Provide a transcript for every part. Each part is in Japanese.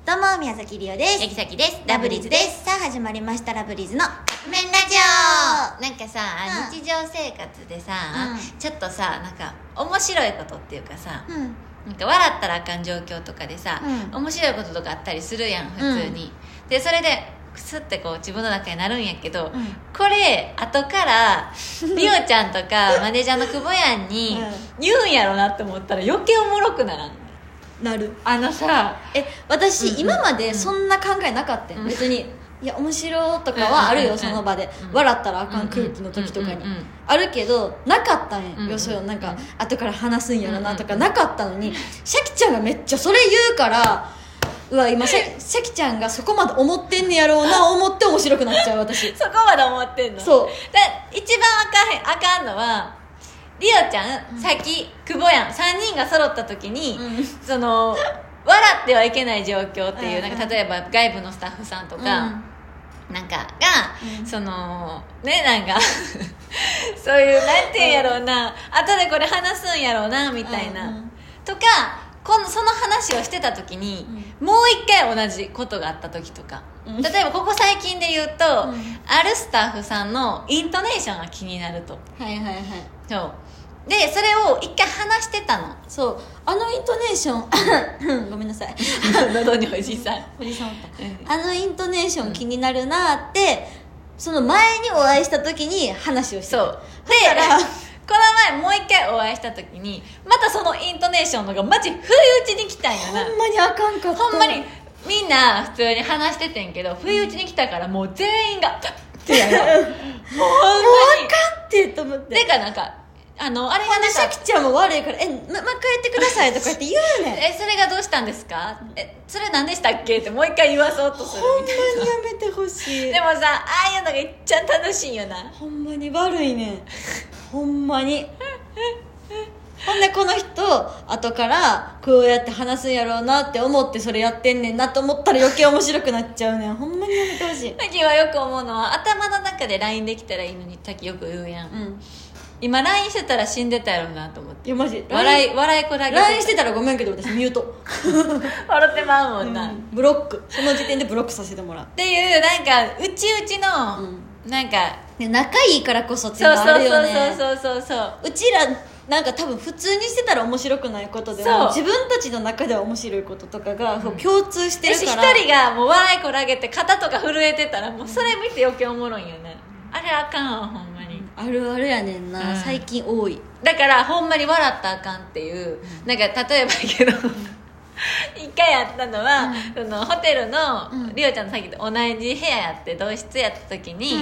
どうも宮崎りおです八木崎です。 ラブリーズです。さあ始まりましたラブリーズの譜面ラジオ。なんかさ、日常生活でさ、ちょっとさ、なんか面白いことっていうかさ、なんか笑ったらあかん状況とかでさ、面白いこととかあったりするやん、普通に。でそれでクスってこう自分の中になるんやけど、これ後からりおちゃんとかマネージャーの久保やんに言うんやろなって思ったら余計おもろくならん。 なる。 さ、 私、今までそんな考えなかったよ、別に。いや面白とかはあるよ、その場で、笑ったらあかん空気の時とかに、あるけどなかったんや、そうなんか後から話すんやろなとかなかったのに、シャキちゃんがめっちゃそれ言うから、うわ今シャキちゃんがそこまで思ってんねやろうな思って面白くなっちゃう。私そこまで思ってんの。 そう一番あかんのはりおちゃん、さっき久保やん3人が揃った時に、その笑ってはいけない状況っていう、なんか例えば外部のスタッフさんとか、なんかが、そのね、なんかそういうなんていうんやろうな、後でこれ話すんやろうなみたいな、とかその話をしてた時に、もう一回同じことがあった時とか、例えばここ最近で言うと、あるスタッフさんのイントネーションが気になると。そうでそれを一回話してたの。 そう、あのイントネーションごめんなさい喉におじさんおった、あのイントネーション気になるなって、その前にお会いした時に話をしてた。 そうでこの前もう一回お会いした時にまたそのイントネーションのがマジ不意打ちに来たんやな。 ほんまにあかんかった。 ほんまにみんな普通に話しててんけど、不意打ちに来たからもう全員がってやろもうあかんってと思って。 てかなんかあれがなんかシャキちゃんも悪いから「もう一回言ってください」とか言って言うねんそれがどうしたんですか、それ何でしたっけってもう一回言わそうとするみたいな。 ほんまにやめてほしい。 でもさ、ああいうのが一番楽しいよな。 ほんまに悪いねんほんまにほんでこの人後からこうやって話すんやろうなって思ってそれやってんねんなと思ったら余計面白くなっちゃうねん。ほんまにやめてほしい。 さっきはよく思うのは、頭の中で LINE できたらいいのにさっきよく言うやん、今 LINE してたら死んでたやろうなと思って。 いやマジ笑いこらげて LINE してたらごめんけど私ミュート笑ってまうもんな、 ブロック、その時点でブロックさせてもらうっていうなんかうちの、なんか仲いいからこそっていうのがあるよね。 そううちらなんか多分普通にしてたら面白くないことでも自分たちの中では面白いこととかが共通してるから、 一人がもう笑いこらげて肩とか震えてたらもうそれ見て余計おもろいんよね。あれあかんわほんまに。 あるあるやねんな、最近多い。 だからほんまに笑ったらあかんっていう、なんか例えばやけど一回やったのは、そのホテルの、りおちゃんのさっきと同じ部屋やって同室やった時に、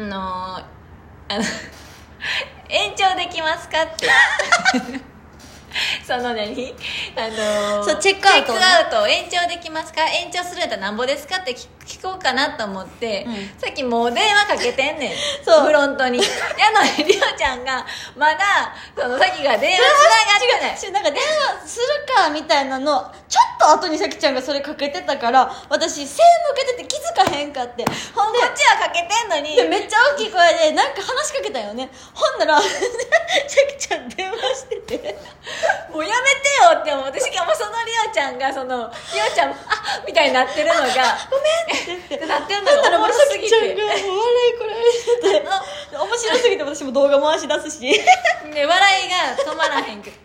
延長できますかってその何そうチェックアウトを延長できますか、延長するんやったらなんぼですかって聞こうかなと思って、さっきもう電話かけてんねんフロントにやのにりおちゃんがまだそのさっきが電話つながってないなんか電話するかみたいなのちょっと後にさきちゃんがそれかけてたから私背向けてて気づかへんかって。ほんでこっちはかけてんのにでめっちゃ大きい声でなんか話しかけたよね。ほんならさきちゃん電話しててもうやめてよって思って、しかもそのりおちゃんがそのりおちゃんみたいになってるのがごめんってなってんのがおもろすぎて、 さきちゃんがもう笑いこられてて面白すぎて私も動画回し出すしで笑いが止まらへんけど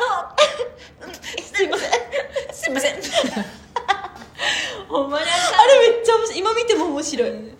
すいませんすいませんほんまにあれめっちゃ面白い。今見ても面白い、 あれ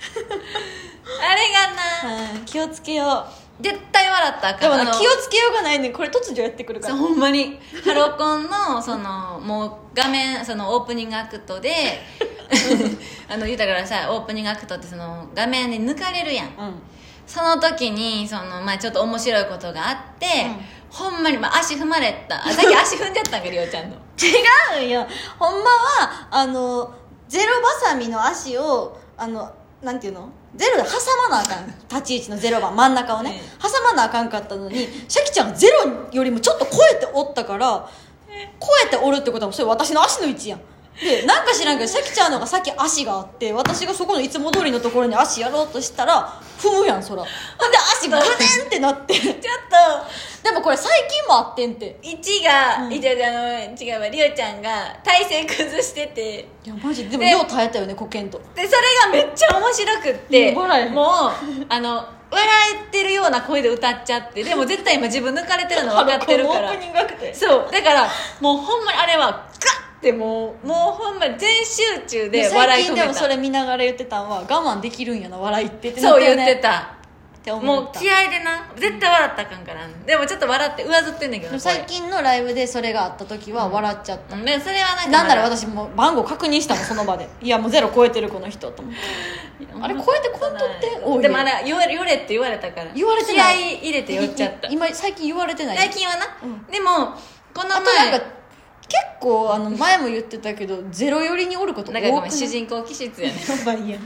がな、 気をつけよう。 絶対笑ったらあでかん。 も気をつけようがないねん。これ突如やってくるから。 ほんまにハロコンのそのもう画面そのオープニングアクトで言うたからさ、オープニングアクトってその画面で抜かれるやん、その時にその、ちょっと面白いことがあって、ほんまに、足踏まれた。さっき足踏んじゃったんかりおちゃんの違うよ。ほんまはゼロバサミの足をなんていうの、ゼロで挟まなあかん立ち位置の0番真ん中をね、挟まなあかんかったのにシャキちゃんがゼロよりもちょっと超えておったから、超えておるってことはそれ私の足の位置やん。 でなんか知らんけどさきちゃんのがさっき足があって私がそこのいつも通りのところに足やろうとしたら踏むやんそらほんで足グネンってなってちょっでもこれ最近もあってんてと1が、違うわリオちゃんが体勢崩してていやマジでもよう耐えたよねコケンとでそれがめっちゃ面白くって笑えへんもう笑えてるような声で歌っちゃってでも絶対今自分抜かれてるの分かってるからオープニングアクトやそうだからもうほんまにあれはガッてもうほんまに全集中で笑い止めた最近でもそれ見ながら言ってたんは我慢できるんやな笑いってそう言ってたって思もうった気合でな絶対笑ったらあかんからでもちょっと笑って上ずってんねんけど最近のライブでそれがあった時は笑っちゃった、 でもそれはなんかなんなら私もう番号確認したのその場でいやもうゼロ超えてるこの人と思ってあれ超えてこんとって多いでもあれよれって言われたから言われてない気合入れて寄っちゃった今最近言われてない最近はな、でもこのあとなん前か結構前も言ってたけどゼロ寄りにおること多くないなんかごめん主人公気質やねやばいやん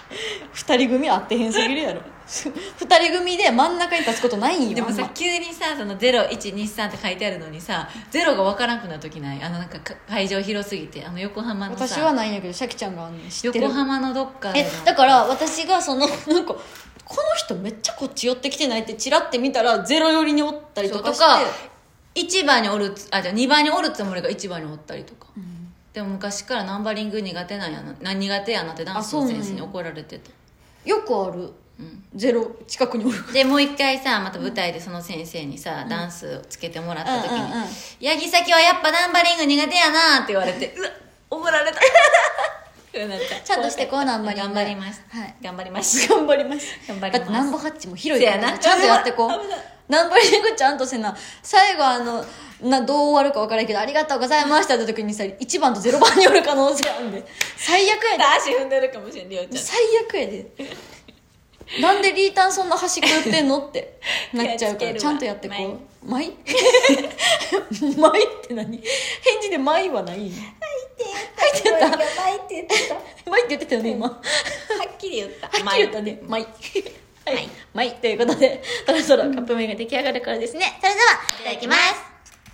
2人組あってへんすぎるやろ2人組で真ん中に立つことないんよでもさあんま急にさその0123って書いてあるのにさゼロが分からんくなる時ないなんか会場広すぎて横浜のさ私はないんやけどシャキちゃんがあんねん知ってる横浜のどっかでのだから私がなんかこの人めっちゃこっち寄ってきてないってチラって見たらゼロ寄りにおったりとかしてそうとか1番におるじゃあ2番におるつもりが1番におったりとか、でも昔からナンバリング苦手なんやな苦手やなってダンスの先生に怒られてたよくある、ゼロ近くにおるでもう一回さまた舞台でその先生にさ、ダンスをつけてもらった時に「八木崎はやっぱナンバリング苦手やな」って言われてうわ怒られたちゃんとしてこうナンバリング頑張りますはい頑張ります頑張ります頑張りますだってナンバーハッチも広いからせやなちゃんとやってこう危ないナンバリングちゃんとせな最後どう終わるか分からんけどありがとうございましたって時にさ1番と0番におる可能性あるんで最悪やで足踏んでるかもしれんりょうちゃん最悪やでなんでリータンそんな端くってんのってなっちゃうからちゃんとやってこうマイマイって何返事でマイはないマイって言ったマイって言ってたマイって言ってたよね今ははっきり言ったっきり言ったねマイはいマイということでそろそろカップ麺が出来上がるからですねそれではいただきます